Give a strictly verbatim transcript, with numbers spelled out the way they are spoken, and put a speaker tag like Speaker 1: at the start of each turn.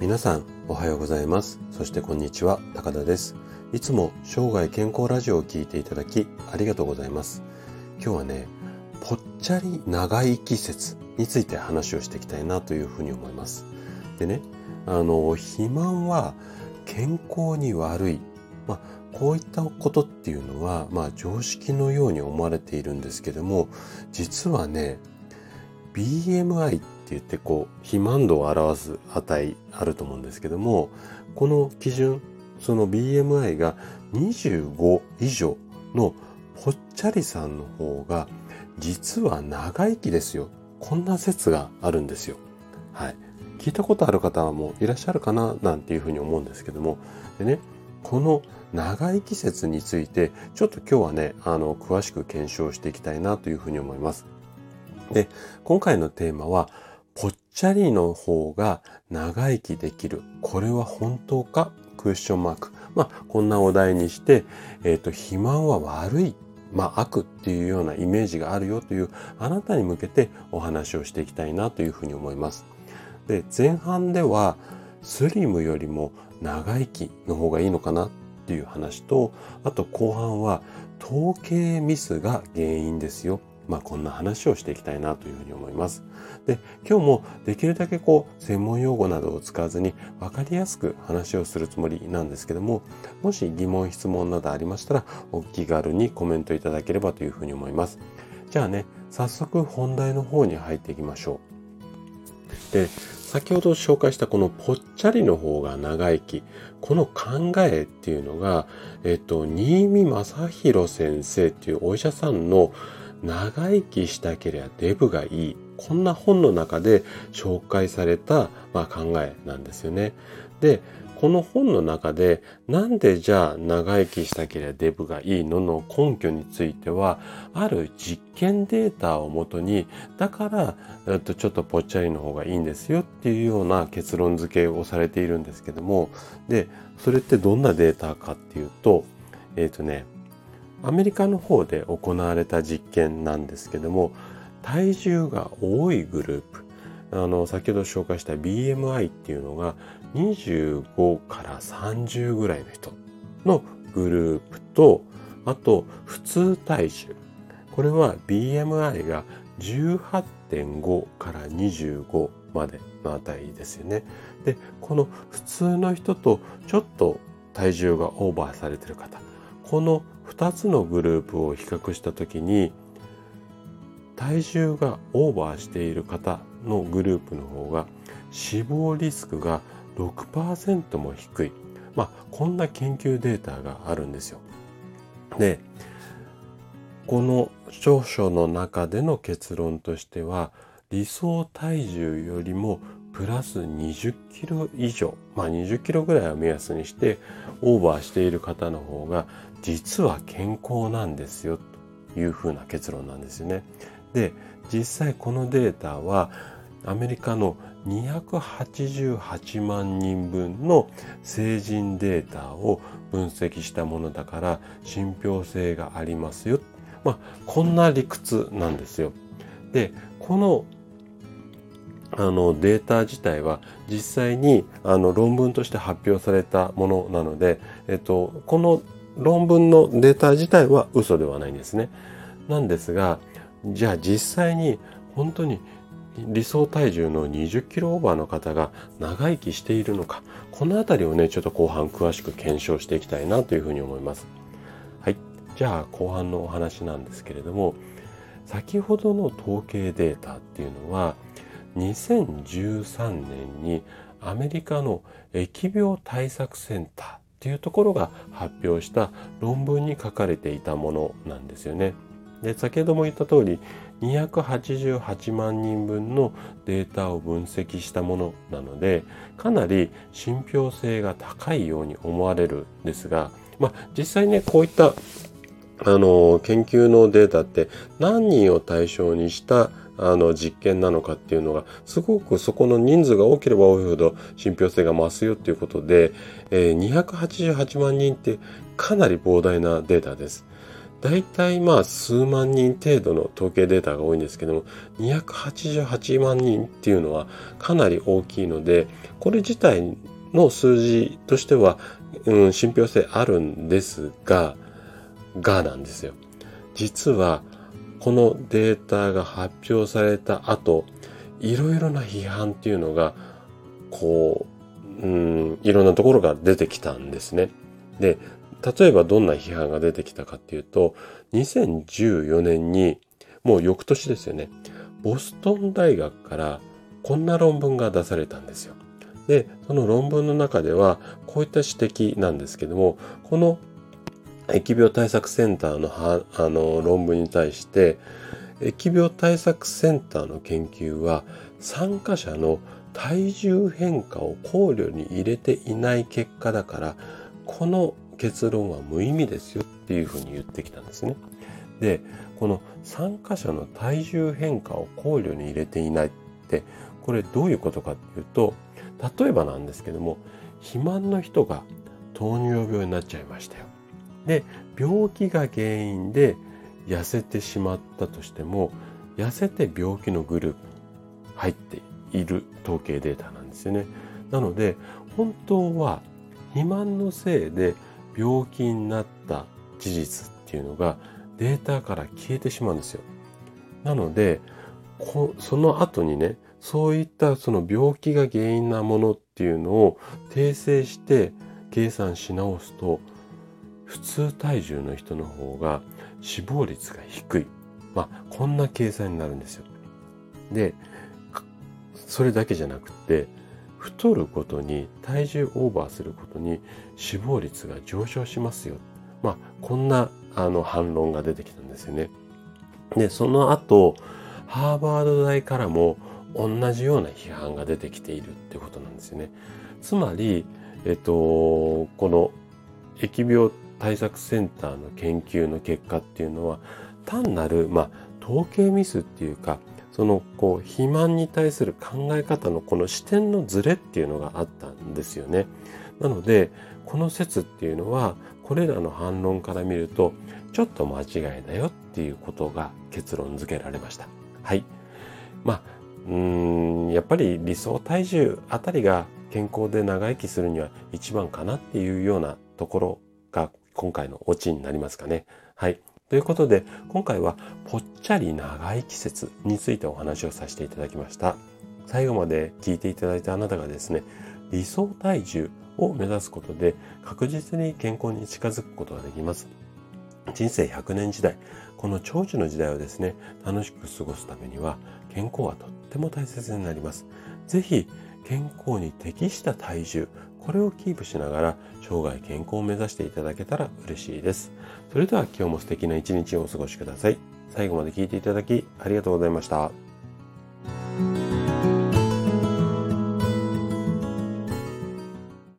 Speaker 1: 皆さんおはようございます。そしてこんにちは、高田です。いつも生涯健康ラジオを聞いていただきありがとうございます。今日はね、ぽっちゃり長生き説について話をしていきたいなというふうに思います。でね、あの肥満は健康に悪い、まあ、こういったことっていうのは、まあ、常識のように思われているんですけども、実はね、ビーエムアイ って言ってこう肥満度を表す値あると思うんですけども、この基準、その ビーエムアイ がにじゅうご以上のぽっちゃりさんの方が実は長生きですよ。こんな説があるんですよ。はい。聞いたことある方もいらっしゃるかななんていうふうに思うんですけども、でね、この長生き説についてちょっと今日はね、あの詳しく検証していきたいなというふうに思います。で、今回のテーマは、ぽっちゃりの方が長生きできる。これは本当か？クエスチョンマーク。まあ、こんなお題にして、えっと、肥満は悪い。まあ、悪っていうようなイメージがあるよという、あなたに向けてお話をしていきたいなというふうに思います。で、前半では、スリムよりも長生きの方がいいのかなっていう話と、あと後半は、統計ミスが原因ですよ。まあこんな話をしていきたいなというふうに思います。で、今日もできるだけこう専門用語などを使わずに分かりやすく話をするつもりなんですけども、もし疑問質問などありましたらお気軽にコメントいただければというふうに思います。じゃあね、早速本題の方に入っていきましょう。で、先ほど紹介したこのぽっちゃりの方が長生き、この考えっていうのが、えっと、新見正弘先生っていうお医者さんの長生きしたければデブがいい。こんな本の中で紹介された、まあ、考えなんですよね。で、この本の中でなんでじゃあ長生きしたければデブがいいのの根拠については、ある実験データをもとに、だから、えっと、ちょっとぽっちゃりの方がいいんですよっていうような結論付けをされているんですけども、で、それってどんなデータかっていうと、えっとね、アメリカの方で行われた実験なんですけども、体重が多いグループ、あの先ほど紹介した ビーエムアイ っていうのがにじゅうごからさんじゅうぐらいの人のグループと、あと普通体重、これは ビーエムアイ が じゅうはってんご からにじゅうごまでの値ですよね。で、この普通の人とちょっと体重がオーバーされている方、このふたつのグループを比較したときに、体重がオーバーしている方のグループの方が死亡リスクが ろくパーセント も低い。まあ、こんな研究データがあるんですよ。で、この著書の中での結論としては、理想体重よりもプラスにじゅっキロ以上、まあにじゅっキロぐらいを目安にしてオーバーしている方の方が実は健康なんですよというふうな結論なんですよね。で、実際このデータはアメリカのにひゃくはちじゅうはちまんにんぶんの成人データを分析したものだから信憑性がありますよ。まあ、こんな理屈なんですよ。で、このあのデータ自体は実際にあの論文として発表されたものなので、えっと、この論文のデータ自体は嘘ではないんですね。なんですが、じゃあ実際に本当に理想体重のにじゅっキロオーバーの方が長生きしているのか、このあたりをね、ちょっと後半詳しく検証していきたいなというふうに思います。はい。じゃあ後半のお話なんですけれども、先ほどの統計データっていうのは、にせんじゅうさんねんにアメリカの疫病対策センターっていうところが発表した論文に書かれていたものなんですよね。で、先ほども言った通り、にひゃくはちじゅうはちまんにんぶんのデータを分析したものなので、かなり信憑性が高いように思われるんですが、まあ実際ね、こういったあの研究のデータって何人を対象にしたあの実験なのかっていうのが、すごくそこの人数が多ければ多いほど信憑性が増すよっていうことで、えー、にひゃくはちじゅうはちまんにんってかなり膨大なデータです。 だいたいまあ数万人程度の統計データが多いんですけども、にひゃくはちじゅうはちまんにんっていうのはかなり大きいので、これ自体の数字としては、うん、信憑性あるんですが、がなんですよ。実はこのデータが発表された後、いろいろな批判っていうのが、こう、うん、いろんなところが出てきたんですね。で、例えばどんな批判が出てきたかっていうと、にせんじゅうよねんに、もう翌年ですよね、ボストン大学からこんな論文が出されたんですよ。で、その論文の中では、こういった指摘なんですけども、この疫病対策センターのはあの論文に対して、疫病対策センターの研究は参加者の体重変化を考慮に入れていない結果だから、この結論は無意味ですよっていうふうに言ってきたんですね。で、この参加者の体重変化を考慮に入れていないって、これどういうことかっていうと、例えばなんですけども、肥満の人が糖尿病になっちゃいましたよ。で、病気が原因で痩せてしまったとしても、痩せて病気のグループに入っている統計データなんですよね。なので、本当は肥満のせいで病気になった事実っていうのがデータから消えてしまうんですよ。なので、その後にね、そういったその病気が原因なものっていうのを訂正して計算し直すと、普通体重の人の方が死亡率が低い。まあ、こんな計算になるんですよ。で、それだけじゃなくて、太ることに、体重オーバーすることに死亡率が上昇しますよ。まあ、こんなあの反論が出てきたんですよね。で、その後、ハーバード大からも同じような批判が出てきているってことなんですよね。つまり、えっと、この疫病対策センターの研究の結果っていうのは、単なる、まあ、統計ミスっていうか、その、こう、肥満に対する考え方のこの視点のズレっていうのがあったんですよね。なので、この説っていうのは、これらの反論から見ると、ちょっと間違いだよっていうことが結論付けられました。はい。まあ、うーん、やっぱり理想体重あたりが健康で長生きするには一番かなっていうようなところが今回のオチになりますかね。はい。ということで、今回はぽっちゃり長生き説についてお話をさせていただきました。最後まで聞いていただいたあなたがですね、理想体重を目指すことで確実に健康に近づくことができます。人生ひゃくねん時代、この長寿の時代をですね、楽しく過ごすためには健康はとっても大切になります。ぜひ健康に適した体重、これをキープしながら生涯健康を目指していただけたら嬉しいです。それでは今日も素敵な一日をお過ごしください。最後まで聞いていただきありがとうございました。